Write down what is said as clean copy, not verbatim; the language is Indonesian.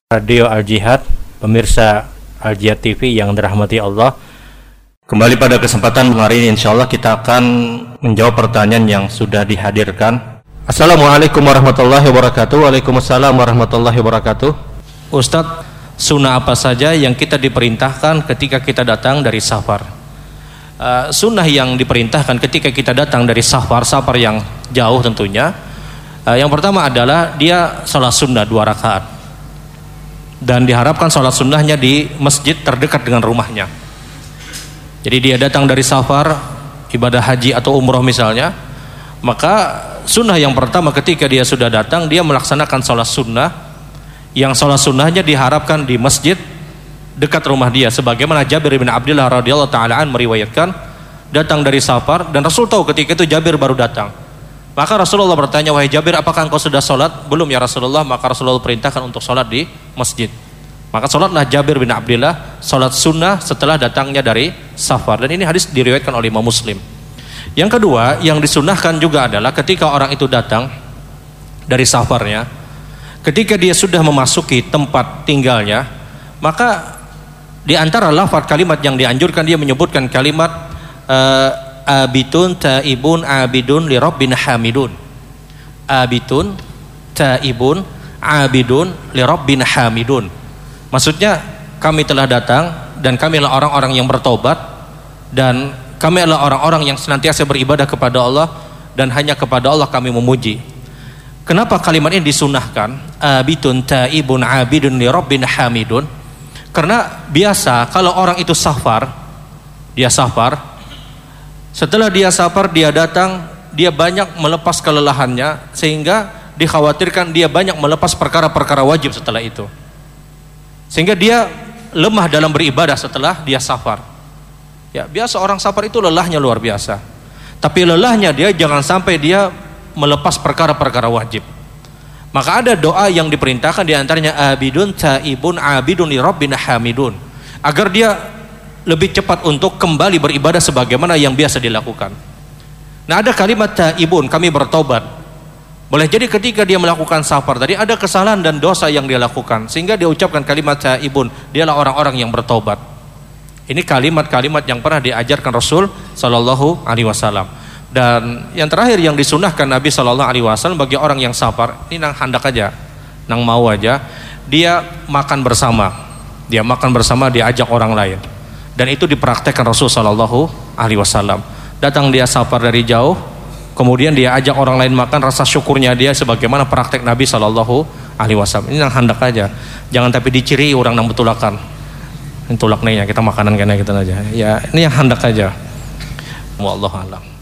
Radio Al-Jihad, pemirsa Al-Jihad TV yang dirahmati Allah. Kembali pada kesempatan hari ini insyaallah kita akan menjawab pertanyaan yang sudah dihadirkan. Assalamualaikum warahmatullahi wabarakatuh. Waalaikumsalam warahmatullahi wabarakatuh. Ustadz, sunnah apa saja yang kita diperintahkan ketika kita datang dari safar? Sunnah yang diperintahkan ketika kita datang dari safar yang jauh tentunya. Yang pertama adalah dia salat sunnah 2 rakaat. Dan diharapkan sholat sunnahnya di masjid terdekat dengan rumahnya. Jadi dia datang dari safar, ibadah haji atau umroh misalnya, maka sunnah yang pertama ketika dia sudah datang, dia melaksanakan sholat sunnah, yang sholat sunnahnya diharapkan di masjid dekat rumah dia, sebagaimana Jabir bin Abdullah radhiyallahu ta'ala an meriwayatkan, datang dari safar dan Rasul tahu ketika itu Jabir baru datang. Maka Rasulullah bertanya, wahai Jabir, apakah engkau sudah sholat? Belum ya Rasulullah. Maka Rasulullah perintahkan untuk sholat di masjid. Maka sholatlah Jabir bin Abdullah sholat sunnah setelah datangnya dari safar. Dan ini hadis diriwayatkan oleh Imam Muslim. Yang kedua yang disunnahkan juga adalah ketika orang itu datang dari safarnya, ketika dia sudah memasuki tempat tinggalnya, maka di antara lafaz kalimat yang dianjurkan dia menyebutkan kalimat abitun taibun abidun li rabbina hamidun. Abitun taibun abidun li rabbina hamidun. Maksudnya kami telah datang dan kami adalah orang-orang yang bertobat dan kami adalah orang-orang yang senantiasa beribadah kepada Allah dan hanya kepada Allah kami memuji. Kenapa kalimat ini disunahkan? Abitun taibun abidun li rabbina hamidun. Karena biasa kalau orang itu safar, setelah dia safar, dia datang, dia banyak melepas kelelahannya, sehingga dikhawatirkan dia banyak melepas perkara-perkara wajib setelah itu, sehingga dia lemah dalam beribadah setelah dia safar. Ya, biasa orang safar itu lelahnya luar biasa, tapi lelahnya dia jangan sampai dia melepas perkara-perkara wajib. Maka ada doa yang diperintahkan, diantaranya abidun taibun abidun li rabbina hamidun, agar dia lebih cepat untuk kembali beribadah sebagaimana yang biasa dilakukan. Nah, ada kalimat taibun, kami bertobat. Boleh jadi ketika dia melakukan safar tadi ada kesalahan dan dosa yang dia lakukan, sehingga dia ucapkan kalimat taibun, dialah orang-orang yang bertobat. Ini kalimat-kalimat yang pernah diajarkan Rasul sallallahu alaihi wasallam. Dan yang terakhir yang disunahkan Nabi sallallahu alaihi wasallam bagi orang yang safar, ini nang handak aja, nang mau aja, dia makan bersama. Dia makan bersama, dia ajak orang lain. Dan itu dipraktekkan Rasul sallallahu alaihi wasallam. Datang dia safar dari jauh, kemudian dia ajak orang lain makan, rasa syukurnya dia sebagaimana praktek Nabi sallallahu alaihi wasallam. Ini yang hendak aja. Jangan tapi diciri orang nang betulakan. Tulak nih ya, kita makanan kena gitu aja. Ya, ini yang hendak aja. Wallahu a'lam.